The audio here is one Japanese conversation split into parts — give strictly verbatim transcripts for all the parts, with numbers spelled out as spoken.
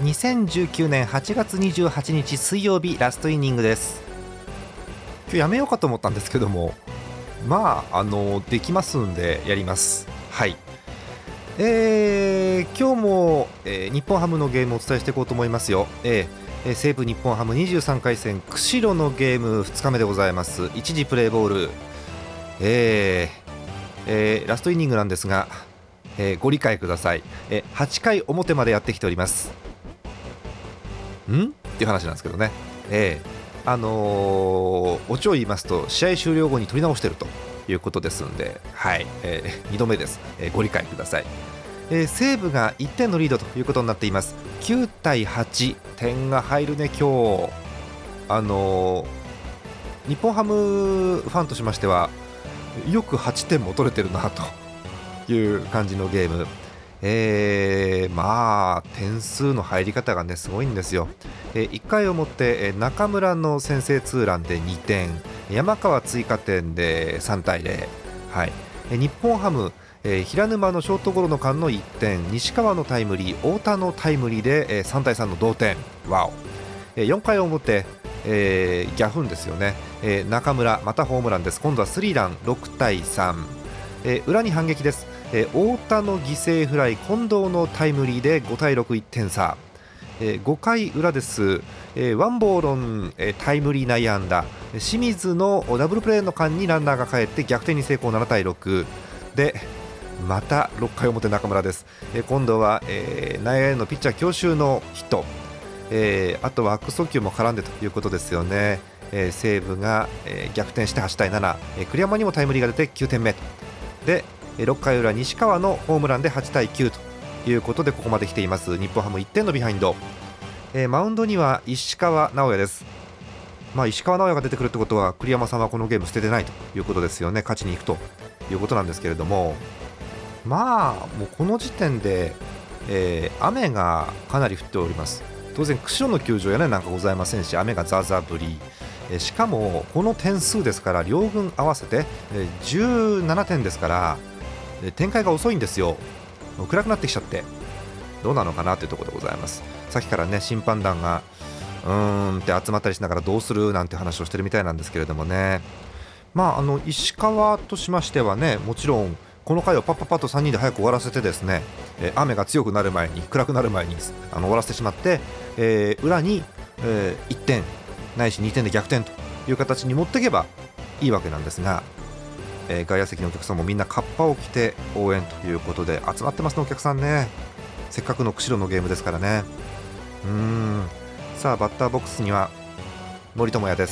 にせんじゅうきゅうねんはちがつにじゅうはちにち水曜日、ラストイニングです。今日やめようかと思ったんですけども、まああのできますんでやります。はい、えー、今日も、えー、日本ハムのゲームをお伝えしていこうと思いますよ。えー、西武日本ハムにじゅうさんかい戦釧路のゲームふつかめでございます。一時プレーボール、えーえー、ラストイニングなんですが、えー、ご理解ください。えー、はちかい表までやってきております。んっていう話なんですけどね、えー、あのー、オチを言いますと試合終了後に取り直しているということですんで、はい、えー、にどめです、えー、ご理解ください。えー、西武がいってんのリードということになっています。きゅうたいはち、点が入るね今日。あのー、日本ハムファンとしましてはよくはちてんも取れてるなという感じのゲーム。えー、まあ点数の入り方がねすごいんですよ。えー、いっかいをもって、えー、中村の先制ツーランでにてん、山川追加点でさんたいぜろ、はい、えー、日本ハム、えー、平沼のショートゴロの間のいってん、西川のタイムリー、太田のタイムリーで、えー、さんたいさんの同点。わお、えー、よんかいをもって、えー、ギャフンですよね、えー、中村またホームランです。今度はスリーラン、ろくたいさん、えー、裏に反撃です。えー、太田の犠牲フライ、近藤のタイムリーでごたいろく、いってんさ、えー、ごかい裏です。えー、ワンボーロン、えー、タイムリー内野安打、清水のダブルプレーの間にランナーが帰って逆転に成功、ななたいろくでまたろっかい表中村です。えー、今度は、えー、内野へのピッチャー強襲のヒット、えー、あとは悪送球も絡んでということですよね。えー、西武が、えー、逆転してはちたいなな、えー、栗山にもタイムリーが出てきゅうてんめで、ろっかい裏西川のホームランではちたいきゅうということでここまで来ています。日本ハムいってんのビハインド、えー、マウンドには石川直也です。まあ、石川直也が出てくるってことは栗山さんはこのゲーム捨ててないということですよね。勝ちに行くということなんですけれども、まあもうこの時点で、えー、雨がかなり降っております。当然釧路の球場やねなんかございませんし、雨がザーザー降り、えー、しかもこの点数ですから両軍合わせて、えー、じゅうななてんですから、えー、展開が遅いんですよ。もう暗くなってきちゃってどうなのかなというところでございます。さっきからね審判団がうーんって集まったりしながらどうするなんて話をしてるみたいなんですけれどもね。まああの石川としましてはね、もちろんこの回をパッパッパッとさんにんで早く終わらせてですね、えー、雨が強くなる前に暗くなる前にあの終わらせてしまって、えー、裏に、えー、いってんないしにてんで逆転という形に持っていけばいいわけなんですが、えー、外野席のお客さんもみんなカッパを着て応援ということで集まってますね、お客さんね。せっかくの釧路のゲームですからね。うーん、さあバッターボックスには森友哉です。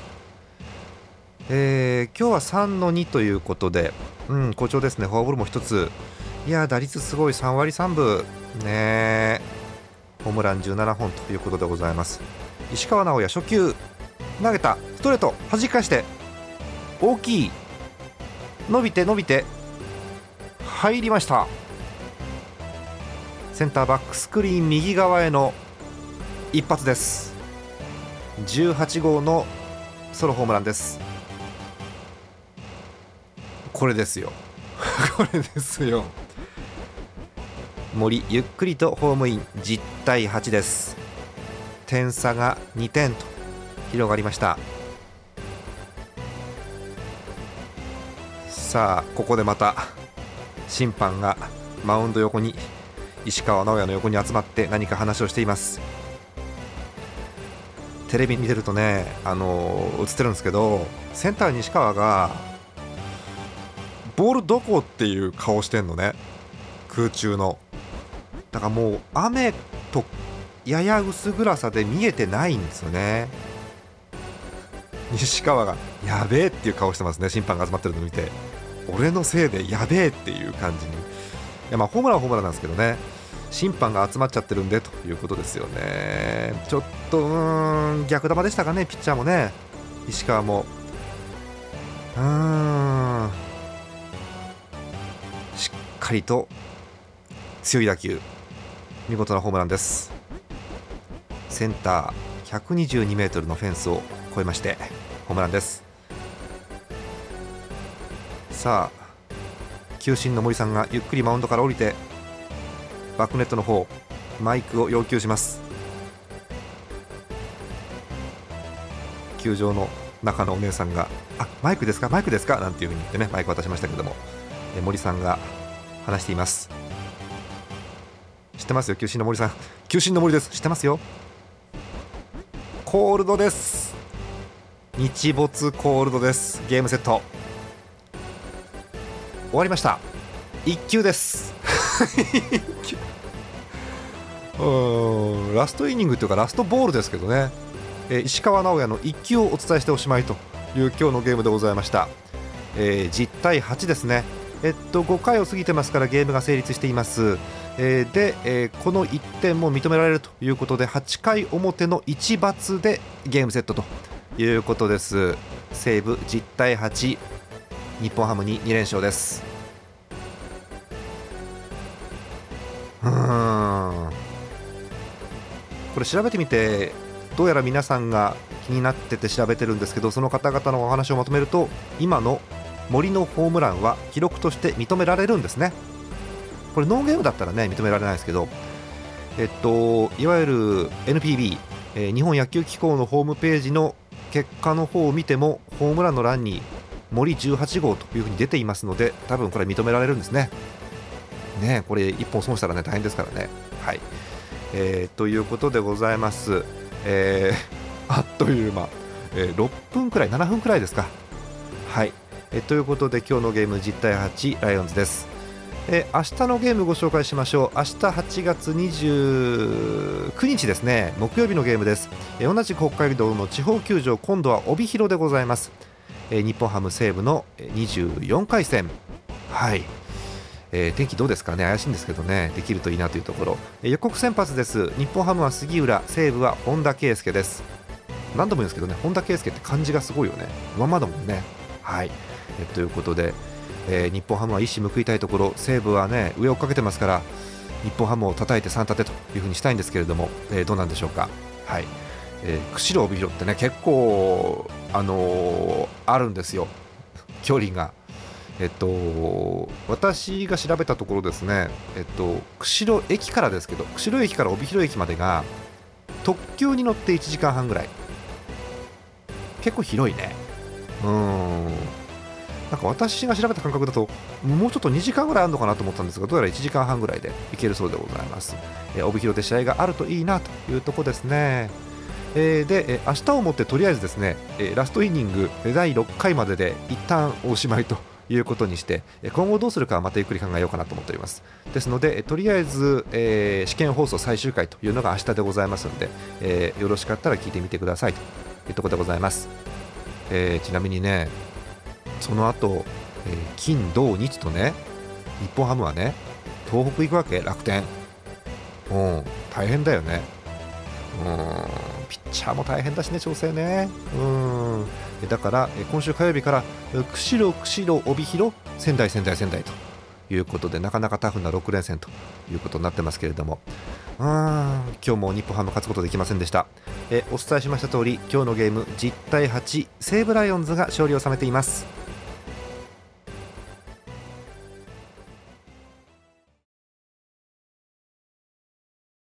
えー、今日はさんのにということで、うん、好調ですね。フォアボールもひとつ。いや打率すごいさんわりさんぶね。ホームランじゅうななほんということでございます。石川直也初球投げた、ストレート弾き返して大きい、伸びて伸びて入りました。センターバックスクリーン右側への一発です。じゅうはちごうのソロホームランです。これですよこれですよ。森ゆっくりとホームイン、じゅうたいはちです。点差がにてんと広がりました。さあここでまた審判がマウンド横に石川直也の横に集まって何か話をしています。テレビ見てるとね、あのー、映ってるんですけど、センター西川がボールどこっていう顔してんのね、空中の。だからもう雨とやや薄暗さで見えてないんですよね。西川がやべえっていう顔してますね。審判が集まってるのを見て、俺のせいでやべえっていう感じに。いやまあホームランはホームランなんですけどね、審判が集まっちゃってるんでということですよね。ちょっとうーん逆球でしたかね、ピッチャーもね、石川もうーんしっかりと強い打球、見事なホームランです。センターひゃくにじゅうにメートルのフェンスを越えましてホームランです。さあ球審の森さんがゆっくりマウンドから降りてバックネットの方マイクを要求します。球場の中のお姉さんが、あ、マイクですかマイクですかなんていう風に言ってね、マイク渡しましたけども、え森さんが話しています。知ってますよ、球審の森さん。球審の森です、知ってますよ。コールドです。日没コールドです。ゲームセット終わりました。いっ球ですうーんラストイニングというかラストボールですけどね、えー、石川直也のいっ球をお伝えしておしまいという今日のゲームでございました。えー、じゅうたいはちですね。えっとごかいを過ぎてますからゲームが成立しています。えー、で、えー、このいってんも認められるということではちかい表のいち罰でゲームセットということです。西武じゅうたいはち、日本ハムにに連勝です。うーんこれ調べてみて、どうやら皆さんが気になってて調べてるんですけど、その方々のお話をまとめると、今の森のホームランは記録として認められるんですね。これノーゲームだったらね認められないですけど、えっといわゆる エヌピービー、えー、日本野球機構のホームページの結果の方を見てもホームランの欄に森じゅうはち号というふうに出ていますので、多分これ認められるんですね。ねこれいっぽん損したらね大変ですからね。はい、えー、ということでございます。えー、あっという間、えー、ろっぷんくらいななふんくらいですか。はい、えー、ということで今日のゲームじゅうたいはちライオンズです。えー、明日のゲームご紹介しましょう。明日はちがつにじゅうくにちですね、木曜日のゲームです。えー、同じく北海道の地方球場、今度は帯広でございます。えー、日本ハム西武のにじゅうよんかい戦。はい、えー、天気どうですかね、怪しいんですけどね、できるといいなというところ。えー、予告先発です。日本ハムは杉浦、西武は本田圭佑です。何度も言うんですけどね、本田圭佑って漢字がすごいよね、まんまだもんね。はい、えー、ということで、えー、日本ハムは一矢報いたいところ、西武はね上をかけてますから、日本ハムを叩いてさん立てというふうにしたいんですけれども、えー、どうなんでしょうか。はい、えー、釧路帯広ってね結構、あのー、あるんですよ、距離が。えっと私が調べたところですね、えっと釧路駅からですけど、釧路駅から帯広駅までが特急に乗っていちじかんはんぐらい、結構広いね。うーんなんか私が調べた感覚だともうちょっとにじかんぐらいあるのかなと思ったんですが、どうやらいちじかんはんぐらいで行けるそうでございます。えー、帯広で試合があるといいなというところですね。えー、で、えー、明日をもってとりあえずですね、えー、ラストイニングだいろっかいまでで一旦おしまいということにして、今後どうするかはまたゆっくり考えようかなと思っております。ですのでとりあえず、えー、試験放送最終回というのが明日でございますので、えー、よろしかったら聞いてみてくださいというところでございます。えー、ちなみにね、その後、えー、金土日とね、日本ハムはね東北行くわけ、楽天。うん大変だよね。うんピッチャーも大変だしね、調整ね。うんだから今週火曜日から釧路、釧路、帯広、仙台、仙台、仙台ということで、なかなかタフなろく連戦ということになってますけれども、うーん今日も日本ハム勝つことできませんでした。えお伝えしました通り、今日のゲームじゅうたいはち、西武ライオンズが勝利を収めています。